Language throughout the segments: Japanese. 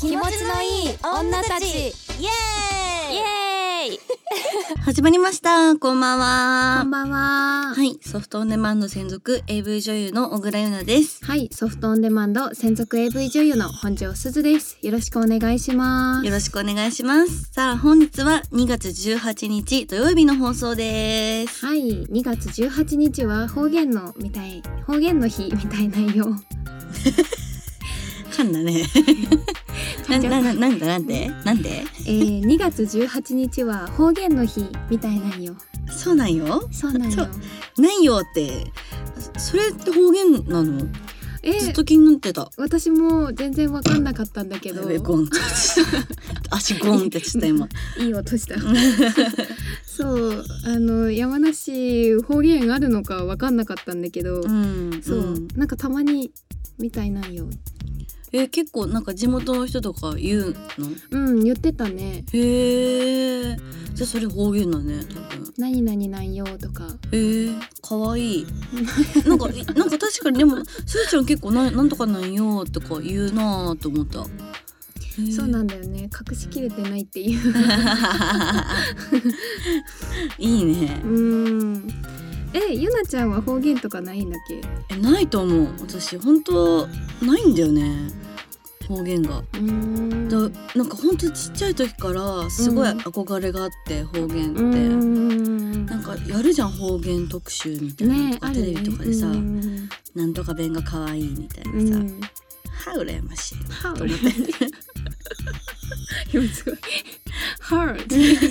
気持ちのいい女たちイエーイイエーイ始まりました。こんばんは。 こんばんは。 はい、ソフトオンデマンド専属 AV 女優の小倉優奈です。 はい、ソフトオンデマンド専属 AV 女優の本庄すずです。よろしくお願いします。 よろしくお願いします。さあ、本日は2月18日土曜日の放送です。 はい、2月18日は方言の日みたい内容かんだねなんで 2月18日は方言の日みたいなんよ。 そうなんよ。 そうなんよ。 なんよってそれって方言なの？ずっと気になってた。 私も全然分かんなかったんだけどゴンって足ゴンってちょっと今いい音したそう山梨方言あるのか分かんなかったんだけど、なんかたまにみたいなんよ。 結構なんか地元の人とか言うの？ 言ってたね。 へえ。じゃあそれ方言だね、多分。 何々なんよとか。 かわいいなんか確かにでもすずちゃん結構なんとかなんよとか言うなと思った。 そうなんだよね。隠しきれてないっていういいね。 ゆなちゃんは方言とかないんだっけ？ ないと思う。私本当ないんだよね、方言が。なんか本当ちっちゃい時からすごい憧れがあって、方言ってなんかやるじゃん、方言特集みたいなとか、テレビとかでさ、なんとか弁が可愛いみたいなさ、羨ましいと思って今すごいハー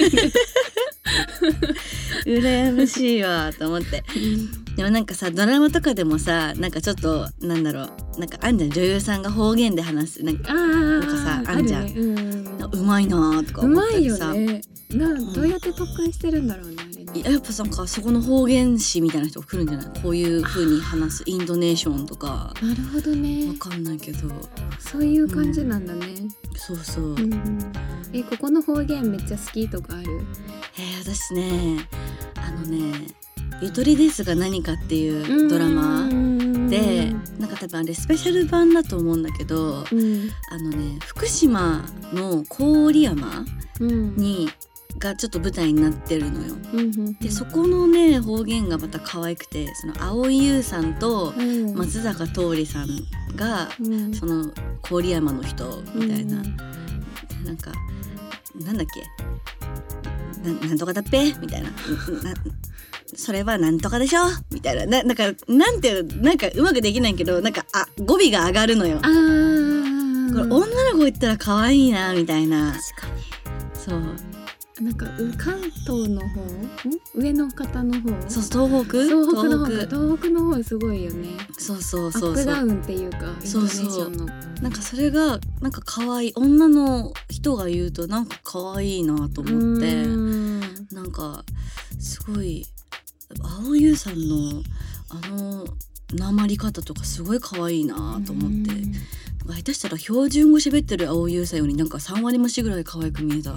羨ましいわと思ってでもなんかさ、ドラマとかでもさ、なんかちょっとなんだろう、なんかあんじゃん、女優さんが方言で話すなんかさ、あんじゃん、うまいなとか思ったりさ、 うまいよね。どうやって特訓してるんだろうね、あれね。 やっぱなんかそこの方言師みたいな人が来るんじゃない？こういう風に話すインドネーションとか。 なるほどね。 わかんないけどそういう感じなんだね。 そうそう。 ここの方言めっちゃ好きとかある？ 私ね、ゆとりですが何かっていうドラマで、なんか多分あれスペシャル版だと思うんだけど、福島の郡山にがちょっと舞台になってるのよ。でそこのね方言がまた可愛くて、その蒼井優さんと松坂桃李さんが、その郡山の人みたいな、なんかなんだっけ、なんとかだっぺみたいなそれはなんとかでしょみたいな、なんかなんていうの、なんかうまくできないけど、なんか語尾が上がるのよ。これ女の子言ったら可愛いなみたいな。 確かに。 そう。 なんか関東の方、上の方の方。 そう、東北の方すごいよね。そう。アップダウンっていうか、イントネーションの。 なんかそれがなんか可愛い、女の人が言うとなんか可愛いなと思って、なんかすごい蒼井優さんのなまり方とかすごい可愛いなと思って。下手したら標準語喋ってる蒼井優さんよりなんか3割増しぐらい可愛く見えた。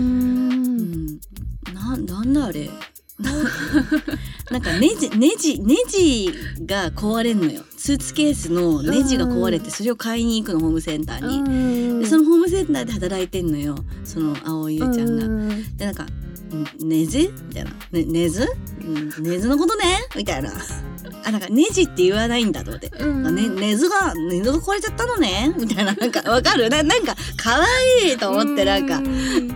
なんだあれなんかネジが壊れんのよ。スーツケースのネジが壊れて、それを買いに行くの、ホームセンターに。でそのホームセンターで働いてんのよ、その蒼井優ちゃんが。でなんかネズみたいな、ネズのことねみたいな。なんかネジって言わないんだと思って、ネズが壊れちゃったのねみたいな、なんかわかる？なんか可愛いと思って、なんか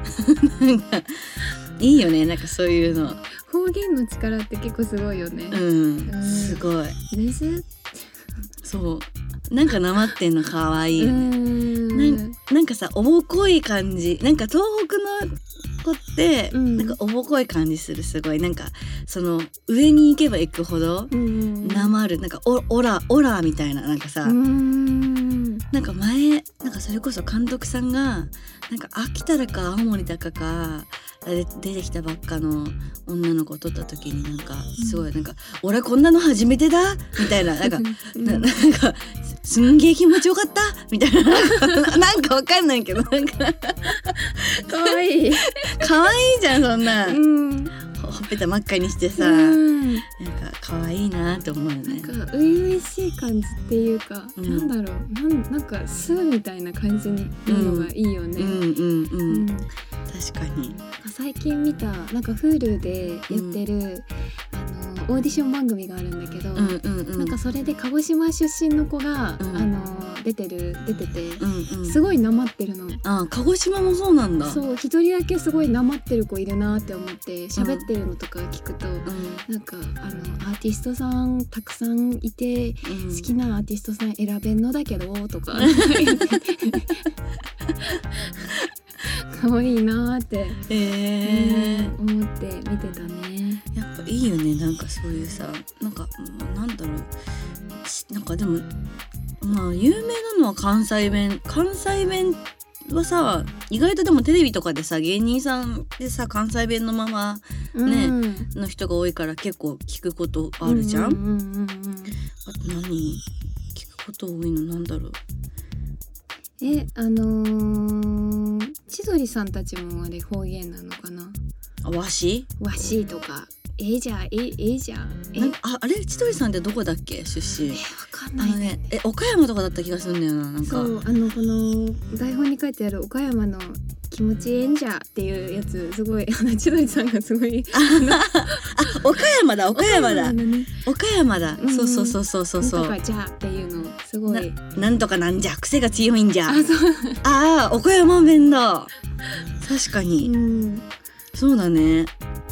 いいよね、なんかそういうの。 方言の力って結構すごいよね。 すごい。 ネズ？ そう。なんかなまってんの可愛いよね。なんかさ、おぼこい感じ。なんか東北の子ってなんかおぼこい感じする。すごいなんかその上に行けば行くほどなまる、なんかオラみたいな、なんかさ、なんか前なんかそれこそ監督さんがなんか秋田だか青森だか出てきたばっかの女の子を撮った時に、なんかすごいなんか、俺こんなの初めてだみたいな、なんかなんかすんげえ気持ちよかったみたいな、なんかわかんないけど、なんかかわいいかわいいじゃんそんな、ほっぺた真っ赤にしてさ、なんか可愛いなって思うよね。 なんか初々しい感じっていうか、なんだろう、なんか巣みたいな感じになるのがいいよね。 確かに。 最近見たなんか Hulu でやってる、オーディション番組があるんだけど、なんかそれで鹿児島出身の子が、出てて、すごいなまってるの。 鹿児島もそうなんだ。 そう一人だけすごいなまってる子いるなって思って喋ってるのとか聞くと、なんかアーティストさんたくさんいて、好きなアーティストさん選べんのだけどとか可愛いなーって、思って見てたね。 やっぱいいよね、なんかそういうさ、なんかなんだろう、なんかでもまあ有名なのは関西弁はさ、意外とでもテレビとかでさ芸人さんでさ関西弁のままね、の人が多いから結構聞くことあるじゃん。あと何聞くこと多いのなんだろう。千鳥さんたちもあれ方言なのかな。 わしとかじゃん。 あれ千鳥さんってどこだっけ出身。 わかんないね。 岡山とかだった気がするんだよな。なんかそうこの台本に書いてある岡山の気持ちええんじゃっていうやつ、すごい千鳥さんがすごい岡山だ、岡山だ。そうなんとかじゃっていうのすごいなんとかなんじゃ、癖が強いんじゃ。岡山弁だ。確かに、そうだね。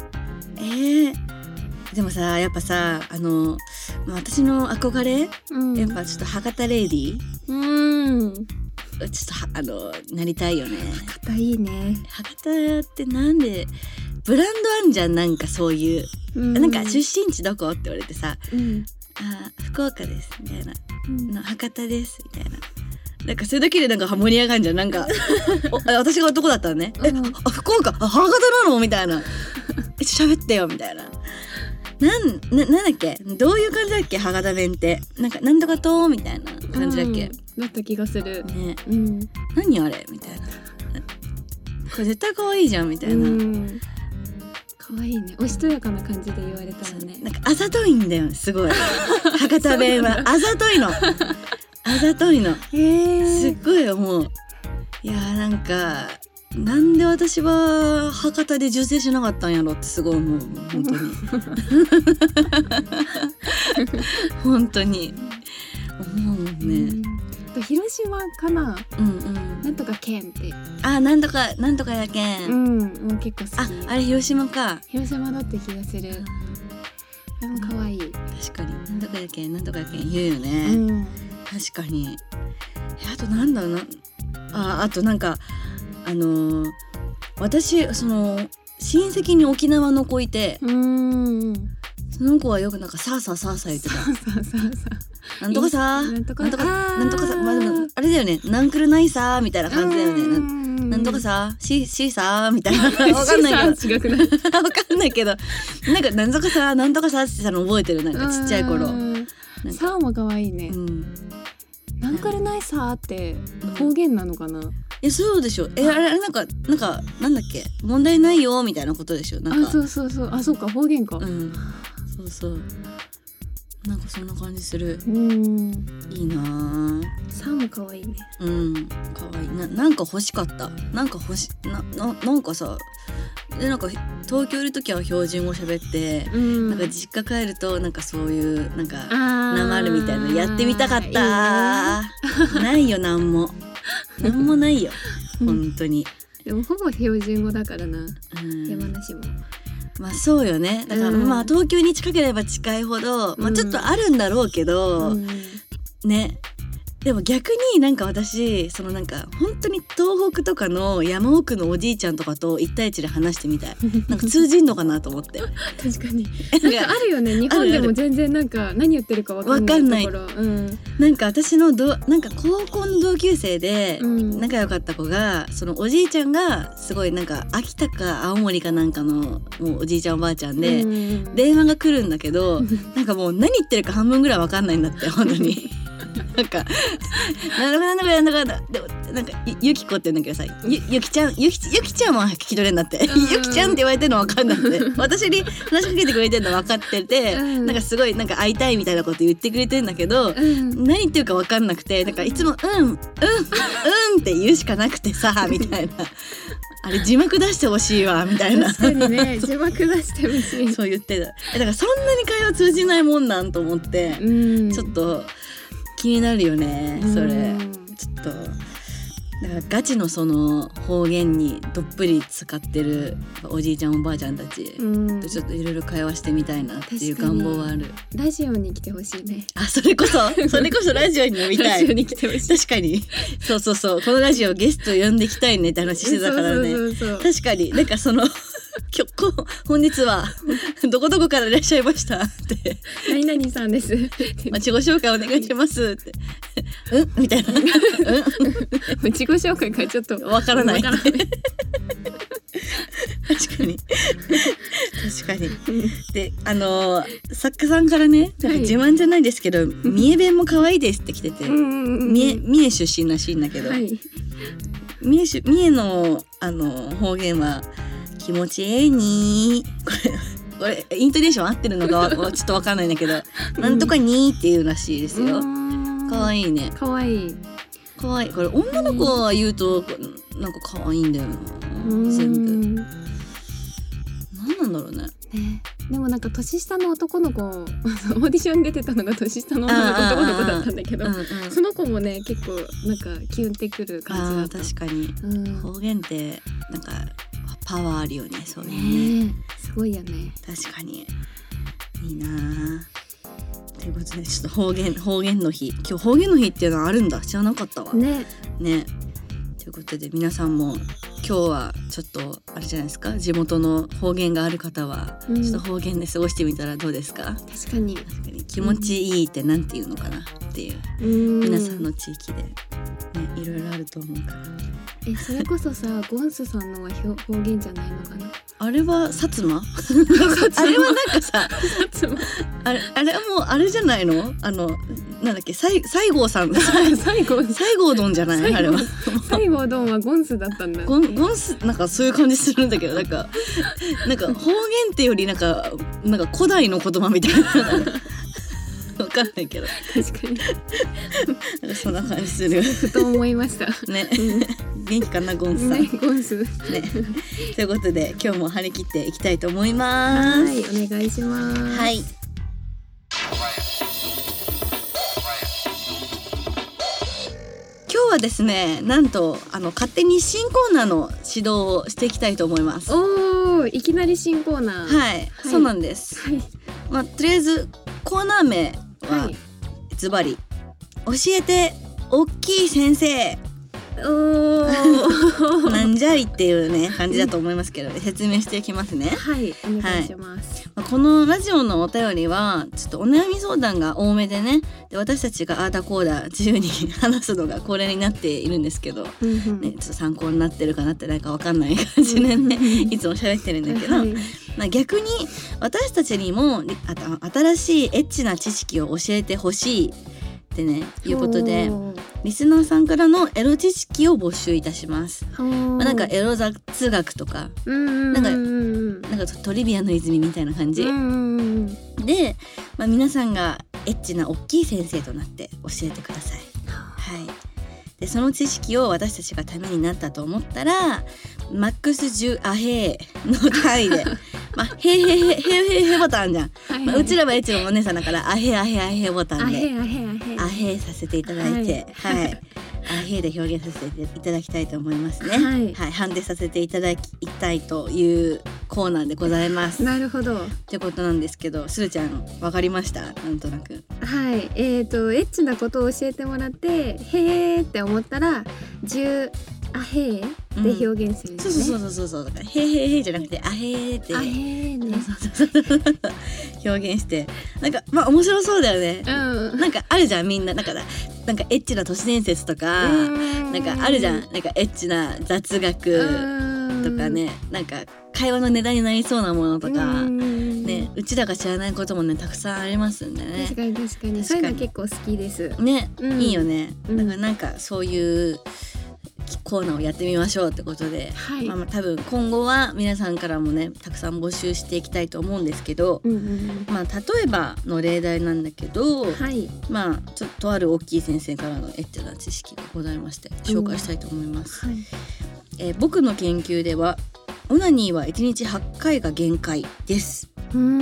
でもさ、やっぱさ、私の憧れ、やっぱちょっと博多レイディー、ちょっとなりたいよね。 博多いいね。 博多ってなんでブランドあんじゃん。なんかそういう、なんか出身地どこって言われてさ、福岡ですみたいな、博多ですみたいな、なんかそれだけでなんか盛り上がんじゃん。なんか私が男だったらね、福岡、博多なのみたいな、喋ってよみたいな。なんだっけ、どういう感じだっけ博多弁って。なんとかとみたいな感じだっけ、 だった気がするね。何あれみたいな、これ絶対可愛いじゃんみたいな。可愛いね。おしとやかな感じで言われたらね、 なんかあざといんだよ、すごい博多弁はあざといのあざといの、すっごい思う。いやー、なんかなんで私は博多で受精しなかったんやろってすごい思う。本当に本当に思うね。 広島かな、なんとか県って、 なんとかやけん、 もう結構好き。 あれ広島か。 広島だって気がする。でも可愛い。 確かになんとかやけん言うよね、確かに。あとなんだろうな、あとなんか私その親戚に沖縄の子いて、その子はよくなんかさあ言ってた。なんとかさなんとかさ、まあでもあれだよね、なんくるないさみたいな感じだよね。なんとかさしさみたいな、わかんないけど違くないわかんないけど、なんかなんとかさってさの覚えてる。なんかちっちゃい頃。 さも可愛いね。なんくるないさって方言なのかな。 そうでしょ。あれなんかなんだっけ、問題ないよみたいなことでしょ。なんかそうか、方言か。 そうなんかそんな感じする。いいな。 さも可愛いね。 可愛い。なんか欲しかった。なんかさ、でなんか東京いるときは標準語喋って、なんか実家帰るとなんかそういうなんかなまるみたいなのやってみたかった。ないよ、なんもないよ本当に。 でもほぼ標準語だからな、山梨も。 まあそうよね。だからまあ東京に近ければ近いほど、まあちょっとあるんだろうけど、ね。でも逆になんか私そのなんか本当に東北とかの山奥のおじいちゃんとかと一対一で話してみたい。なんか通じんのかなと思って。 確かに。なんかあるよね。日本でも全然なんか何言ってるかわかんないところ。 なんか私のなんか高校の同級生で仲良かった子が、そのおじいちゃんがすごいなんか秋田か青森かなんかのもうおじいちゃんおばあちゃんで、電話が来るんだけど、なんかもう何言ってるか半分ぐらいわかんないんだって本当に。 なんかなんかゆきこって言うんだけどさ、ゆきちゃんは聞き取れんだって、ゆきちゃんって言われてるの分かんなくて、私に話しかけてくれてるの分かってて、なんかすごいなんか会いたいみたいなこと言ってくれてるんだけど、何言ってるか分かんなくて、なんかいつもうんって言うしかなくてさみたいな。あれ字幕出してほしいわみたいな。 確かにね、字幕出してほしい。 そう言ってた。だからそんなに会話通じないもんなんと思って、ちょっと気になるよねそれ。ちょっとだからガチのその方言にどっぷり使ってるおじいちゃんおばあちゃんたちとちょっといろいろ会話してみたいなっていう願望はある。 ラジオに来てほしいね。 あ、それこそラジオに呼びたい。 ラジオに来てほしい。 確かにそうこのラジオゲスト呼んできたいねって話してたからね。そう確かになんかその本日はどこどこからいらっしゃいましたって何々さんです自己紹介お願いしますってみたいな自己紹介がちょっとわからない確かにで作家さんからね、なんか自慢じゃないですけど、三重弁も可愛いですって来てて、三重出身らしいんだけど、三重の方言は気持ちええにこれイントネーション合ってるのかちょっと分かんないんだけどなんとかにっていうらしいですよ。かわいいね。 かわいい。 これ女の子は言うとなんかかわいいんだよな、全部。何なんだろうね。 でもなんか年下の男の子オーディション出てたのが年下の男の子だったんだけど、その子もね結構なんかキュンってくる感じだった。 確かに、方言ってなんかパワーあるよね。そうね、 すごいよね。 確かにいいな。ということでちょっと方言の日、今日方言の日っていうのはあるんだ、知らなかったわね。ということで皆さんも今日はちょっとあれじゃないですか、地元の方言がある方はちょっと方言で過ごしてみたらどうですか。 確かに気持ちいいってなんていうのかなっていう、皆さんの地域で、ね、いろいろあると思うから。 それこそさゴンスさんのは方言じゃないのかな。 あれは薩摩あれはなんかさあれはもうあれじゃないの、なんだっけ、西郷さん西郷どんじゃない、あれは西郷どんはゴンスだったんだ。 ゴンスなんかそういう感じするんだけど、なんか方言ってよりなんか古代の言葉みたいなわかんないけど確かになんかそんな感じするふと思いましたね。元気かなゴンスさん、 ね、ゴンスね。 ということで今日も張り切っていきたいと思います。 はい、お願いします。 はい。今日はですね、なんと勝手に新コーナーの指導をしていきたいと思います。 おー、いきなり新コーナー。 はい、そうなんです。とりあえずコーナー名はズバリ教えておっきい先生なんじゃいっていうね感じだと思いますけど、説明していきますね。 はい、お願いします。 このラジオのお便りはちょっとお悩み相談が多めでね、で私たちがあーだこーだ自由に話すのが恒例になっているんですけど、ね、ちょっと参考になってるかなってないか分かんない感じでねいつも喋ってるんだけど、逆に私たちにも新しいエッチな知識を教えてほしいってねいうことで、リスナーさんからのエロ知識を募集いたします。なんかエロ雑学とか、なんかトリビアの泉みたいな感じで、皆さんがエッチな大きい先生となって教えてください。はい。でその知識を私たちがためになったと思ったらマックス10アヘーの単位でへボタンじゃん、うちらはエッチのお姉さんだからアヘボタンでアヘさせていただいて、アヘで表現させていただきたいと思いますね。はい、判定させていただきたいというコーナーでございます。 なるほど。 ってことなんですけど、するちゃんわかりました？なんとなく。 はい、エッチなことを教えてもらってへーって思ったら10アヘーで表現するんですね。 そうだからへーじゃなくてアヘーって表現してなんか面白そうだよね。なんかあるじゃん、みんななんかエッチな都市伝説とかなんかあるじゃん、なんかエッチな雑学とかね、なんか会話のネタになりそうなものとかね、 ね、うちらが知らないこともねたくさんありますんでね。 確かにそういうの結構好きですね、いいよね。だからなんかそういうコーナーをやってみましょうってことで、多分今後は皆さんからもねたくさん募集していきたいと思うんですけど、例えばの例題なんだけど、ちょっとある大きい先生からのエッチな知識がございまして紹介したいと思います。僕の研究ではオナニーは1日8回が限界です。それ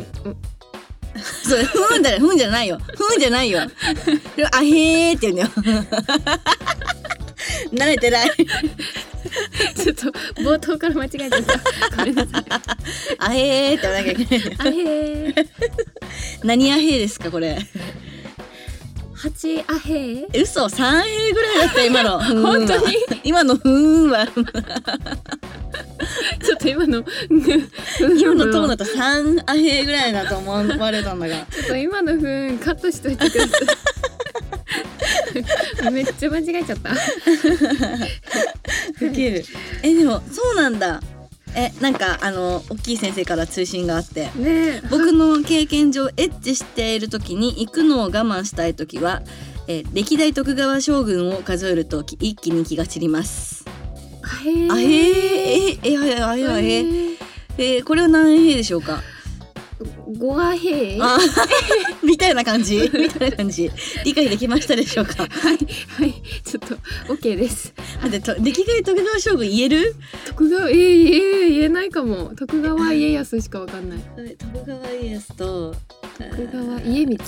ふんじゃないよあへーって言うんだよ慣れてないちょっと冒頭から間違えちゃったごめんなさいあへーって言わなきゃいけないあへー何あへーですかこれ 8あへー嘘3へーぐらいだった今の本当に今のふーんはちょっと今のトーンだと3あへーぐらいだと思われたんだがちょっと今のふーんカットしといてくださいめっちゃ間違えちゃったウケる。でもそうなんだ。なんか大きい先生から通信があって、僕の経験上エッチしている時に行くのを我慢したい時は、歴代徳川将軍を数えると一気に気が散ります。これは何へーでしょうか。 5あへーみたいな感じ理解できましたでしょうか。 はいちょっと OK です。 歴代徳川将軍言える？ 徳川言えないかも。徳川家康しかわかんない。 徳川家康と徳川家光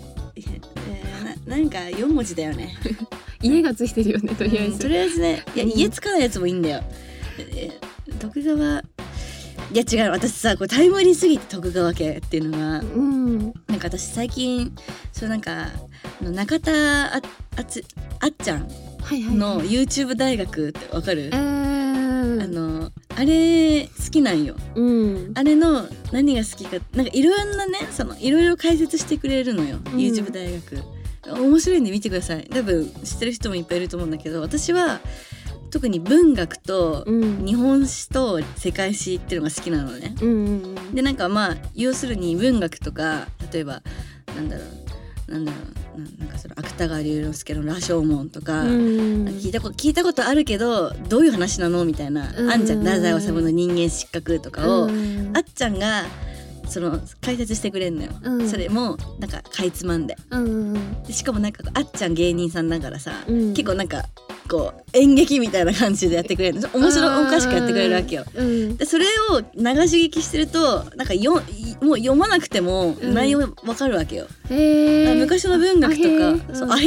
なんか4文字だよね家がついてるよねとりあえず、 とりあえずね家つかないやつもいいんだよ。徳川いや違う私さこれタイムリーすぎて徳川家っていうのが、なんか私最近なんか中田あっちゃんの YouTube 大学ってわかる？あれ好きなんよ、あれの何が好きかなんかいろんなねいろいろ解説してくれるのよ、YouTube 大学面白いんで見てください。多分知ってる人もいっぱいいると思うんだけど私は特に文学と日本史と世界史っていうのが好きなのね、でなんか要するに文学とか例えばなんだろうなんか芥川龍之介の羅生門とか、聞いたことあるけどどういう話なのみたいな、あんちゃん太宰治の人間失格とかを、あっちゃんが解説してくれんのよ、それもなんかかいつまんで、でしかもなんかあっちゃん芸人さんだからさ、結構なんかこう演劇みたいな感じでやってくれるの、面白おかしくやってくれるわけよ、でそれを流し聞きしてるとなんかもう読まなくても内容わかるわけよ、昔の文学とか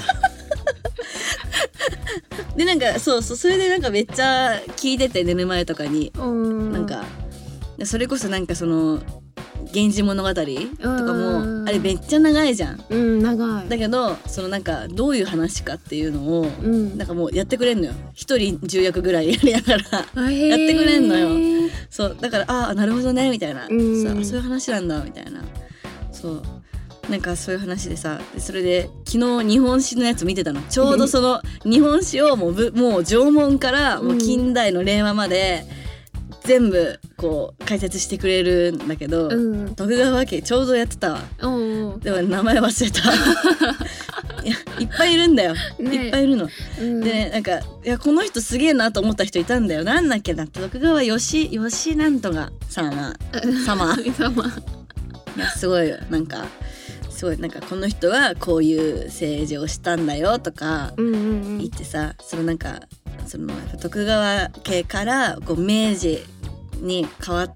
でなんかそれでなんかめっちゃ聞いてて寝る前とかに、なんかそれこそなんか源氏物語とかもあれめっちゃ長いじゃん、 長い。 だけどなんかどういう話かっていうのを、なんかもうやってくれんのよ。一人10役ぐらいやりながらやってくれんのよ。そうだからなるほどねみたいな、そういう話なんだみたいな、そうなんかそういう話でさ、それで昨日日本史のやつ見てたの。ちょうど日本史をもう縄文からもう近代の令和まで全部こう解説してくれるんだけど、徳川家ちょうどやってたわ。でも名前忘れたいっぱいいるんだよ、いっぱいいるの、でね、なんかこの人すげえなと思った人いたんだよ。なんだっけな、徳川吉なんとか様いやすごいなんかすごいなんかこの人はこういう政治をしたんだよとか言ってさ、なんか徳川家からこう明治に変わって、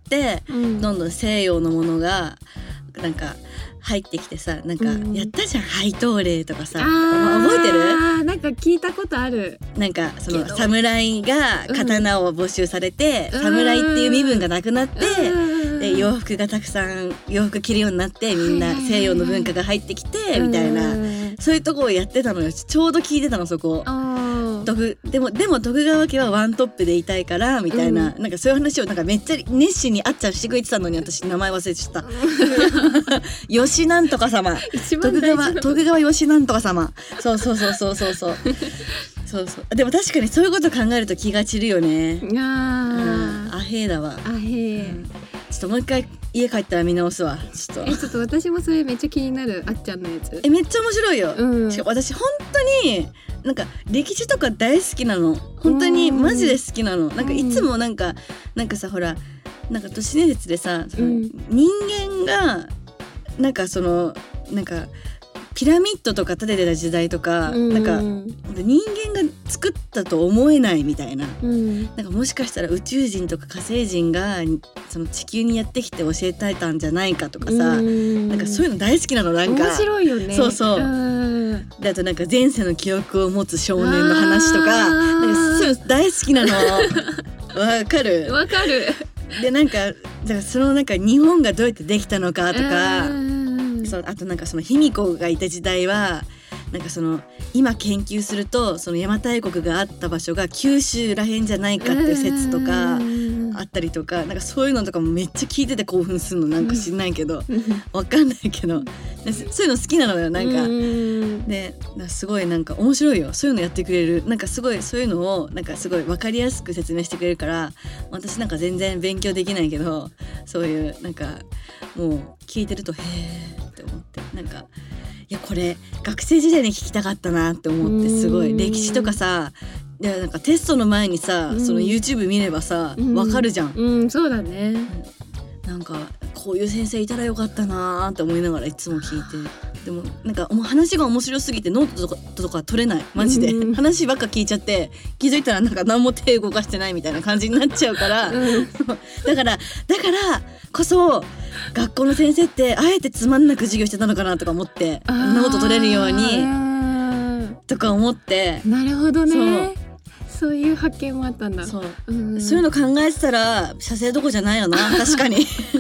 どんどん西洋のものがなんか入ってきてさ、なんかやったじゃん、廃刀令とかさ、覚えてる？ なんか聞いたことある。 なんか侍が刀を没収されて、侍っていう身分がなくなって、で洋服がたくさん洋服着るようになって、みんな西洋の文化が入ってきてみたいな、そういうとこをやってたのよ。ちょうど聞いてたのそこ。でも徳川家はワントップでいたいからみたいな、なんかそういう話をなんかめっちゃ熱心にあっちゃんしてくれてたのに、私名前忘れちゃった吉なんとか様、徳川吉なんとか様、そうでも確かにそういうこと考えると気が散るよね。アヘーだわ。 ちょっともう一回家帰ったら見直すわ。ちょっと私もそれめっちゃ気になる、あっちゃんのやつ。 めっちゃ面白いよ、しかも私本当になんか歴史とか大好きなの。本当にマジで好きなの。なんかいつもなんかさ、ほらなんか都市伝説でさ、人間がなんかそのなんかピラミッドとか建ててた時代とか、なんか人間が作ったと思えないみたいな、なんかもしかしたら宇宙人とか火星人がその地球にやってきて教えてたんじゃないかとかさ、なんかそういうの大好きなの。なんか面白いよね。 そうそう。であとなんか前世の記憶を持つ少年の話とか、なんかそういうの大好きなの。わかる。 わかる。 でなんかだからそのなんか日本がどうやってできたのかとか、そうあとなんかその卑弥呼がいた時代はなんかその今研究するとその邪馬台国があった場所が九州らへんじゃないかっていう説とかあったりとか、なんかそういうのとかもめっちゃ聞いてて興奮するの。なんか知んないけどわかんないけどそういうの好きなのよ。なんかですごいなんか面白いよ。そういうのやってくれる。なんかすごいそういうのをなんかすごい分かりやすく説明してくれるから、私なんか全然勉強できないけど、そういうなんかもう聞いてるとへーって思って、なんかいやこれ学生時代に聞きたかったなって思って、すごい歴史とかさ、いやなんかテストの前にさ、その YouTube 見ればさ、わかるじゃん。 そうだね。 なんかこういう先生いたらよかったなって思いながらいつも聞いて、でもなんかもう話が面白すぎてノートとか取れないマジで、話ばっか聞いちゃって気づいたらなんか何も手動かしてないみたいな感じになっちゃうから、だからこそ学校の先生ってあえてつまんなく授業してたのかなとか思って、ノート取れるようにとか思って。なるほどね。 そういう発見もあったんだ。 そういうの考えてたら写生どこじゃないよな。確かに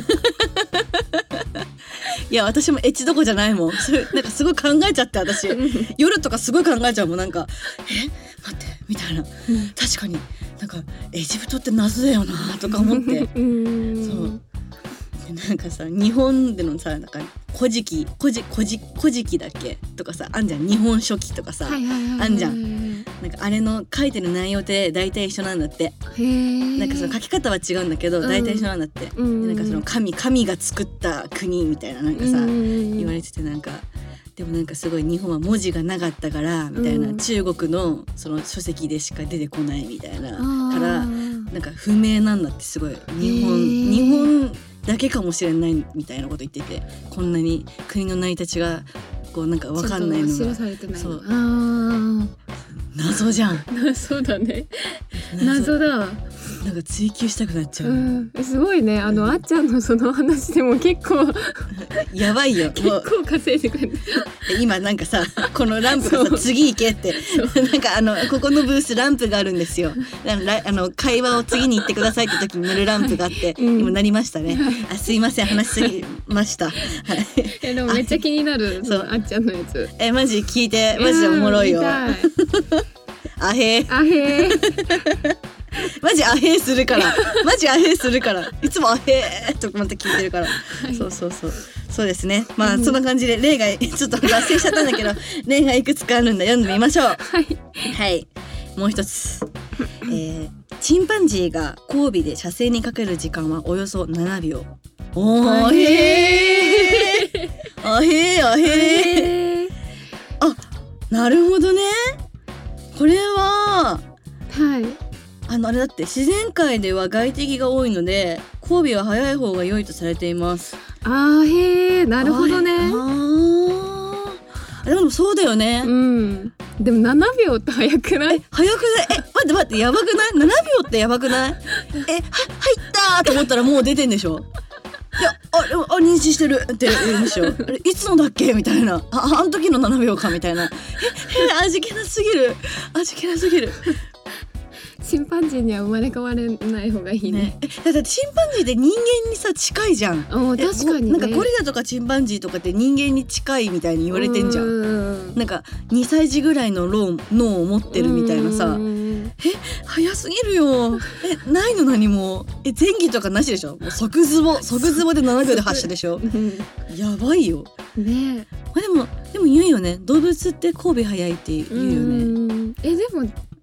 いや私もエッチどこじゃないもん。なんかすごい考えちゃって、私夜とかすごい考えちゃうもん。なんか待ってみたいな、確かになんかエジプトって謎だよなとか思ってそうなんかさ日本でのさなんか古事記だっけとかさあんじゃん。日本書紀とかさあんじゃん。なんかあれの書いてる内容って大体一緒なんだって。なんかその書き方は違うんだけど大体一緒なんだって。なんかその神が作った国みたいななんかさ言われてて、なんかでもなんかすごい日本は文字がなかったからみたいな、中国のその書籍でしか出てこないみたいなからなんか不明なんだって。すごい日本だけかもしれないみたいなこと言ってて、こんなに国の成り立ちがこうなんか分かんないのが知されてない。 そう謎じゃん。 そうだね。謎だ。 なんか追求したくなっちゃう。 すごいね。あっちゃんのその話でも結構やばいよ。 結構稼いでくれる。 今なんかさこのランプがさ次行けってなんかここのブースランプがあるんですよ。会話を次に行ってくださいって時に塗るランプがあって、今なりましたね。すいません話しすぎました。 でもめっちゃ気になる。そうあっちゃんのやつ。 マジ聞いてマジでおもろいよ。あへーマジアヘーするからいつもアヘーと思って聞いてるから、そうですね。まあそんな感じで例がちょっと脱線しちゃったんだけど例がいくつかあるんで読んでみましょう。はい、もう一つ、チンパンジーが交尾で射精にかける時間はおよそ7秒。あなるほどね。これはあれだって自然界では外敵が多いので交尾は早い方が良いとされています。 なるほどね。 でもそうだよね。 でも7秒って早くない？ 早くない？待ってやばくない？7秒ってやばくない？入ったと思ったらもう出てんでしょ。いや妊娠してるって言うんでしょ。あれいつのだっけみたいな。あの時の7秒かみたいな。味気なすぎる。 チンパンジーには生まれ変われない方がいいね。 だってチンパンジーって人間にさ近いじゃん。 確かにね。 なんかゴリラとかチンパンジーとかって人間に近いみたいに言われてんじゃん。なんか2歳児ぐらいの脳を持ってるみたいなさ。早すぎるよ。ないの何も。前儀とかなしでしょ。もう即ズボで7秒で発射でしょ。やばいよ。 ね。 でも言うよね。動物って交尾早いって言うよね。 でも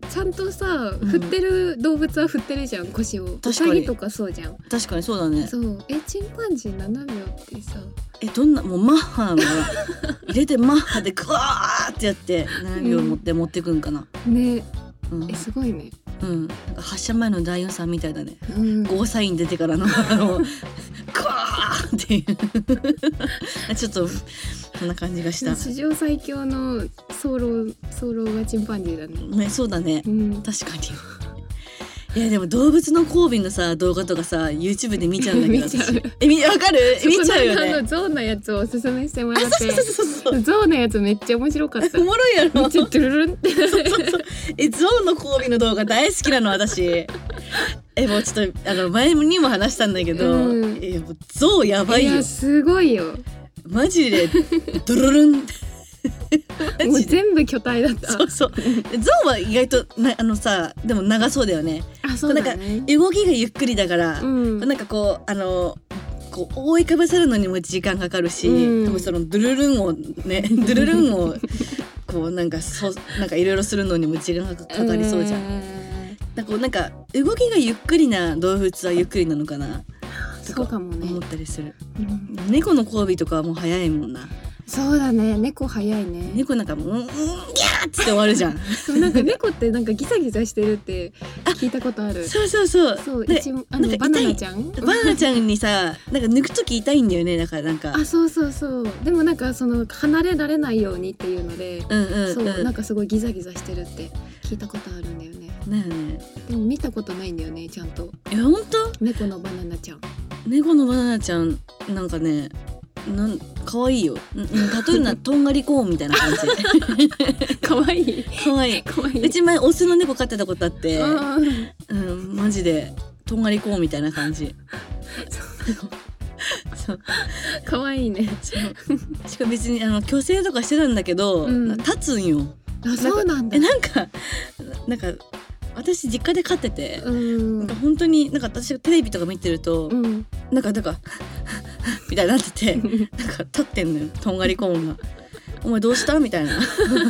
ちゃんとさ振ってる動物は振ってるじゃん、腰を。ウサギとかそうじゃん。 確かにそうだね。 そうチンパンジー7秒ってさどんなもうマッハなのかな入れてマッハでグワーってやって7秒持ってくんかなね、すごいね。 なんか発射前のライオンさんみたいだね、ゴーサイン出てからのグワーっていうちょっとそんな感じがした。 史上最強の早漏がチンパンジーだね。 そうだね、確かに。いやでも動物の交尾のさ動画とかさ YouTube で見ちゃうんだけどわかる見ちゃうよね。 ゾウのやつをおすすめしてもらって、ゾウのやつめっちゃ面白かった。 おもろいやろ。 めっちゃトゥルルンってゾウの交尾の動画大好きなの私。もうちょっと前にも話したんだけど、もうゾウやばいよ。 いやすごいよマジでドルルンもう全部巨体だった。 そうゾウは意外とさでも長そうだよね。 そうだね。 なんか動きがゆっくりだから、なんかこう覆いかぶさるのにも時間かかるし、多分そのドゥルルンをこうなんかいろいろするのにも時間がかかりそうじゃん。なんか動きがゆっくりな動物はゆっくりなのかな。 そうかもね。 思ったりする。猫の交尾とかはもう早いもんな。 そうだね、猫早いね。 猫なんかもうギャーって終わるじゃん。 なんか猫ってなんかギザギザしてるって聞いたことある。 そうバナナちゃんにさなんか抜くとき痛いんだよね。だからなんかそうでもなんかその離れられないようにっていうので、そうなんかすごいギザギザしてるって聞いたことあるんだよね。でも見たことないんだよねちゃんと。 本当？ 猫のバナナちゃん。 猫のバナナちゃんなんかね可愛いよ。例えるのはとんがりコーンみたいな感じ。 可愛い。 うち前オスの猫飼ってたことあって、マジでとんがりコーンみたいな感じ。そう可愛いね。 しかも別に虚勢とかしてたんだけど、立つんよ。 そうなんだ。 なんか私実家で飼ってて、なんか本当になんか私がテレビとか見てると、なんかみたいになっててなんか立ってんのよとんがりコーンが。お前どうしたみたいな。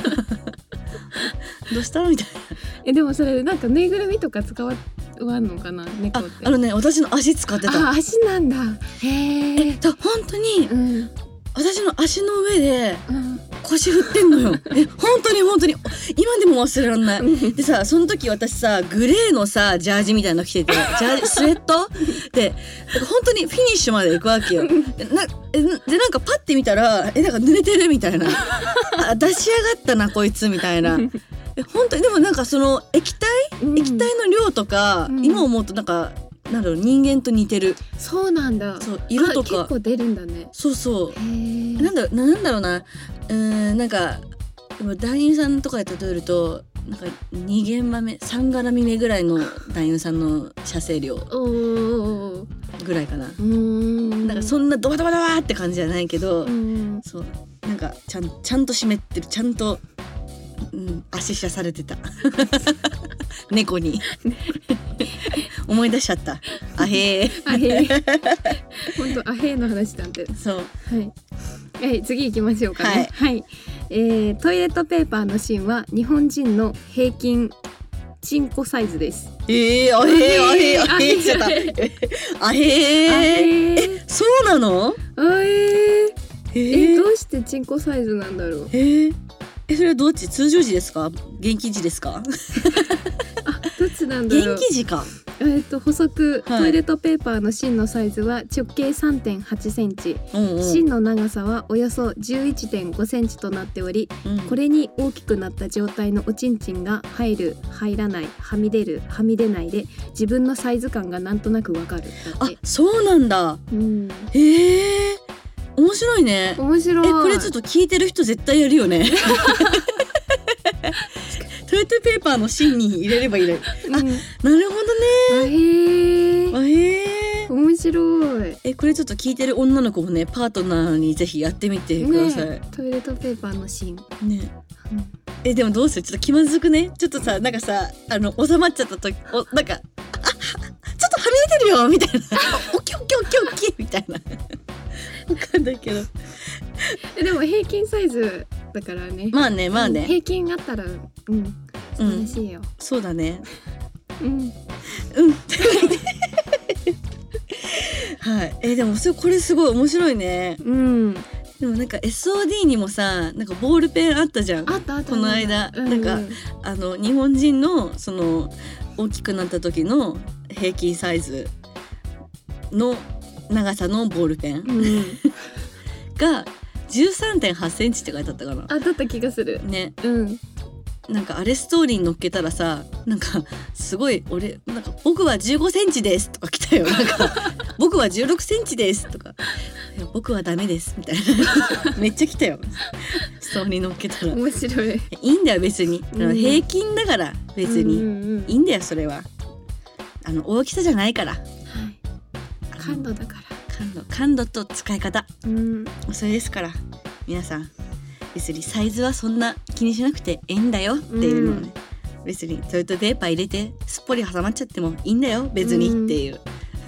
どうしたみたいな。でもそれなんかぬいぐるみとか使わんのかな猫って。 私の足使ってた。 足なんだ。へえ。 本当に、私の足の上で腰振ってんのよ。本当に今でも忘れらんない。でさその時私さグレーのさジャージみたいなの着ててスウェットで本当にフィニッシュまで行くわけよ。でなんかパッて見たらなんか濡れてるみたいな。出しやがったなこいつみたいな。本当にでもなんかその液体の量とか、今思うとなんか人間と似てる。そうなんだ。そう色とか結構出るんだね。 なんだろうな。なんかでも男優さんとかで例えるとなんか2玄豆3絡み目ぐらいの男優さんの射精量ぐらいかな。なんかそんなドバドバドバって感じじゃないけど、そうなんかちゃんと湿ってる。ちゃんと、足射されてた。猫に思い出しちゃった。アヘー本当アヘーの話なんて。 そうはい、次行きましょうかね。はい、トイレットペーパーの芯は日本人の平均チンコサイズです。 アヘーちゃった。アヘーそうなの？ どうしてチンコサイズなんだろう。 それはどっち？通常時ですか？元気時ですか？ どっちなんだろう。 元気時か。 補足、トイレットペーパーの芯のサイズは直径 3.8 センチ、芯の長さはおよそ 11.5 センチとなっており、これに大きくなった状態のおちんちんが入る入らないはみ出るはみ出ないで自分のサイズ感がなんとなくわかる。 そうなんだ。面白いね。 面白い。 これちょっと聞いてる人絶対やるよね。トイレットペーパーの芯に入れればいい。なるほどね。 面白い。 これちょっと聞いてる女の子もねパートナーにぜひやってみてください。 トイレットペーパーの芯ね。でもどうする？ちょっと気まずくね。ちょっとさなんかさ収まっちゃった時なんかちょっとはみ出てるよみたいな。オッケーみたいな。わかんないけど。 でも平均サイズだからね。 まあね。 平均あったら素晴らしいよ、 そうだねはい、でもこれすごい面白いね。でもなんか SOD にもさ、なんかボールペンあったじゃん。 あったこの間、なんか日本人のその大きくなった時の平均サイズの長さのボールペン、が 13.8 センチって書いてあったかな。 だった気がするね。なんかあれストーリーに乗っけたらさ、なんかすごい俺なんか僕は15センチですとか来たよ。なんか僕は16センチですとか、いや僕はダメですみたいなめっちゃ来たよ。ストーリー乗っけたら面白い。 いいんだよ別に、平均だから別に、いいんだよそれは。大きさじゃないから、 感度だから。 感度と使い方、それですから皆さん。別にサイズはそんな気にしなくていいんだよっていうのをね、別にトイレットペーパー入れてすっぽり挟まっちゃってもいいんだよ別にっていう、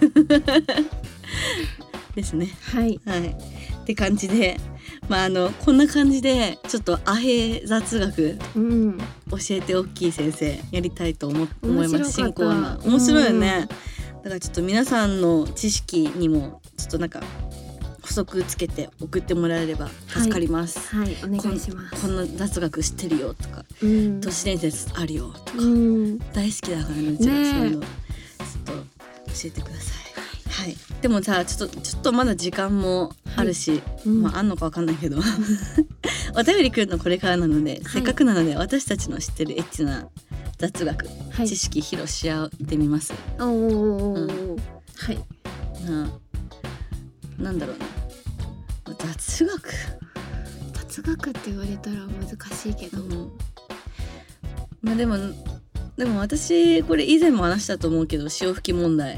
ですね。はい、って感じで、こんな感じでちょっとアヘ雑学、教えておっきい先生やりたいと思います。進行は面白いよね。だからちょっと皆さんの知識にもちょっとなんか補足つけて送ってもらえれば助かります。 はい、お願いします。 こんな雑学知ってるよとか、都市伝説あるよとか、大好きだからね、うちらそういうのちょっと教えてください。はい。でもさ、ちょっとまだ時間もあるし、あんのかわかんないけどお便り来るのこれからなので、せっかくなので私たちの知ってるエッチな雑学、知識披露し合ってみます。はい。なんだろうね、雑学って言われたら難しいけど、 でも私これ以前も話したと思うけど、潮吹き問題、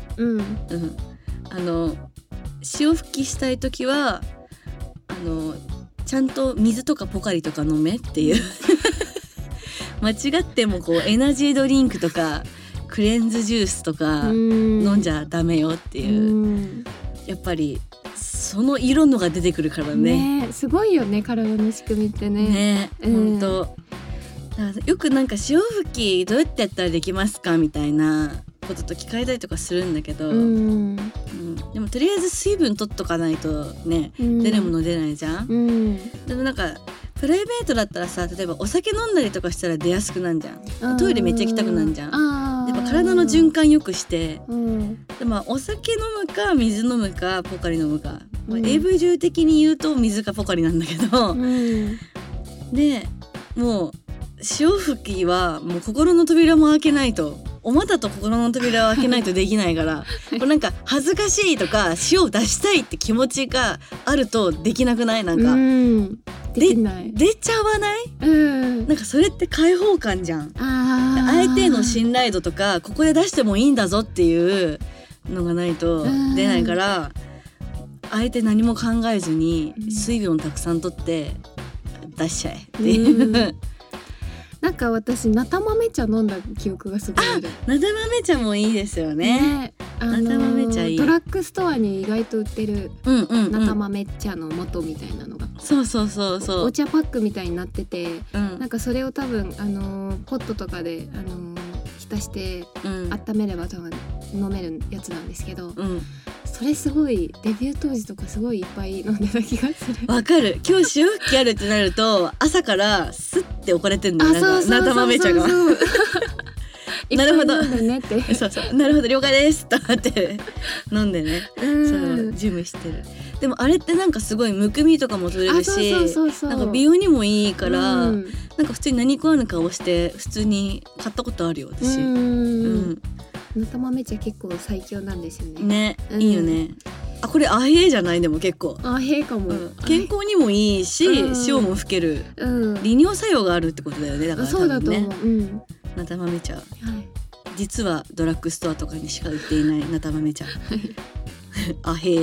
潮吹きしたい時はちゃんと水とかポカリとか飲めっていう間違ってもこうエナジードリンクとかクレンズジュースとか飲んじゃダメよっていう、やっぱりその色のが出てくるからね。 すごいよね、体の仕組みってね。 本当。よくなんか潮吹きどうやってやったらできますかみたいなことと聞かれたりとかするんだけど、でもとりあえず水分取っとかないとね、出るもの出ないじゃん。でもなんかプライベートだったらさ、例えばお酒飲んだりとかしたら出やすくなんじゃん。トイレめっちゃ行きたくなんじゃん。やっぱ体の循環よくして、でお酒飲むか水飲むかポカリ飲むか、AV 中的に言うと水かポカリなんだけど、でもう潮吹きはもう心の扉も開けないと、お股と心の扉を開けないとできないからこれなんか恥ずかしいとか潮を出したいって気持ちがあるとできなくない？なんか出ちゃわない？なんかそれって開放感じゃん。相手への信頼度とか、ここで出してもいいんだぞっていうのがないと出ないから、相手何も考えずに水分をたくさん取って出しちゃえっていうなんか私なた豆茶飲んだ記憶がすごいある。 なた豆茶もいいですよね。なた豆茶いい。 ドラッグストアに意外と売ってるなた豆茶の素みたいなのが、お茶パックみたいになってて、なんかそれを多分ポットとかで浸して温めれば多分飲めるやつなんですけど、それすごいデビュー当時とかすごいいっぱい飲んでた気がする。 わかる。今日潮吹きあるってなると朝からスッて置かれてんだよ。なた豆茶がなるほど、 ね、ってなるほど了解ですとなって飲んでね、そう準備してる。でもあれってなんかすごいむくみとかも取れるし、なんか美容にもいいから、なんか普通に何食わぬ顔して普通に買ったことあるよ私。 なた豆茶結構最強なんですよね。 いいよね。あ、これアヘじゃない？でも結構アヘかも、 健康にもいいし、塩も吹ける、利尿作用があるってことだよね。だから多分ね、そうだと思う。なた豆茶、実はドラッグストアとかにしか売っていないなた豆茶アヘ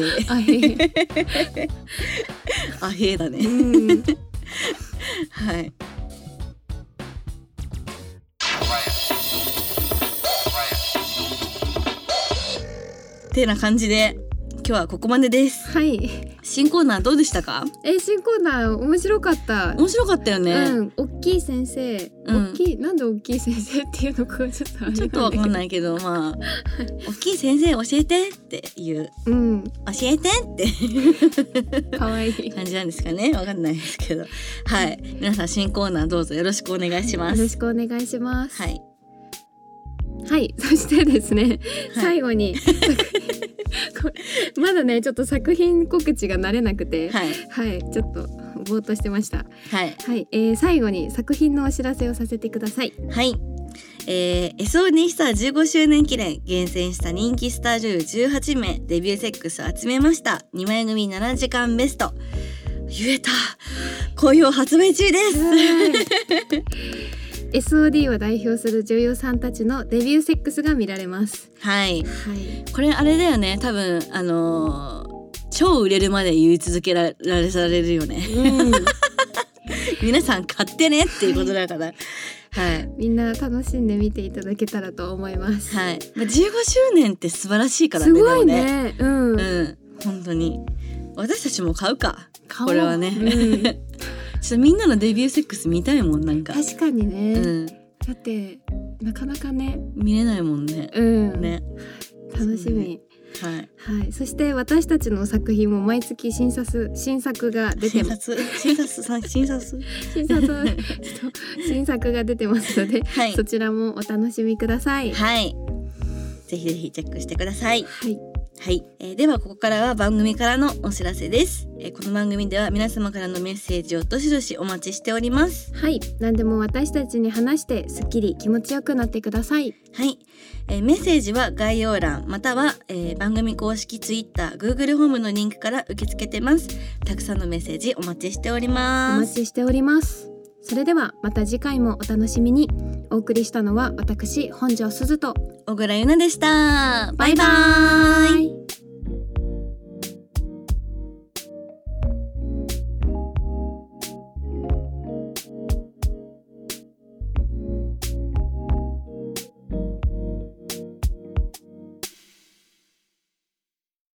アヘだねはいてな感じで今日はここまでです。 はい。 新コーナーどうでしたか？ 新コーナー面白かった。 面白かったよね。 大きい先生、大きい、なんで大きい先生っていうのかちょっとわかんないけど、まあ大きい先生教えてっていう、教えてって可愛い感じなんですかね。わかんないですけど、はい。皆さん新コーナーどうぞよろしくお願いします。 よろしくお願いします。 はい。 はい、そしてですね、最後にまだねちょっと作品告知が慣れなくて、はい、ちょっとぼーっとしてました。はい、最後に作品のお知らせをさせてください。 はい。SOD スター15周年記念厳選した人気スター女優18名デビューセックスを集めました2枚組7時間ベスト。言えた。好評発売中です。 SOD を代表する女優さんたちのデビューセックスが見られます。 はい、これあれだよね。多分超売れるまで言い続けられされるよね。皆さん買ってねっていうことだから、 みんな楽しんで見ていただけたらと思います。 15周年って素晴らしいからね。 すごいね。 本当に私たちも買うか。これはね。ちょっとみんなのデビューセックス見たいもん。なんか確かにね、だってなかなかね見れないもんね。ね、 楽しみ。そして私たちの作品も毎月新作が出てます新作が出てますので、そちらもお楽しみください。ぜひぜひチェックしてください。ではここからは番組からのお知らせです。この番組では皆様からのメッセージをどしどしお待ちしております。何でも私たちに話してすっきり気持ちよくなってください。メッセージは概要欄または、番組公式 Twitter、Google ホームのリンクから受け付けてます。たくさんのメッセージお待ちしております。お待ちしております。それではまた次回もお楽しみに。お送りしたのは私本庄すずと小倉優奈でした。バイバーイ。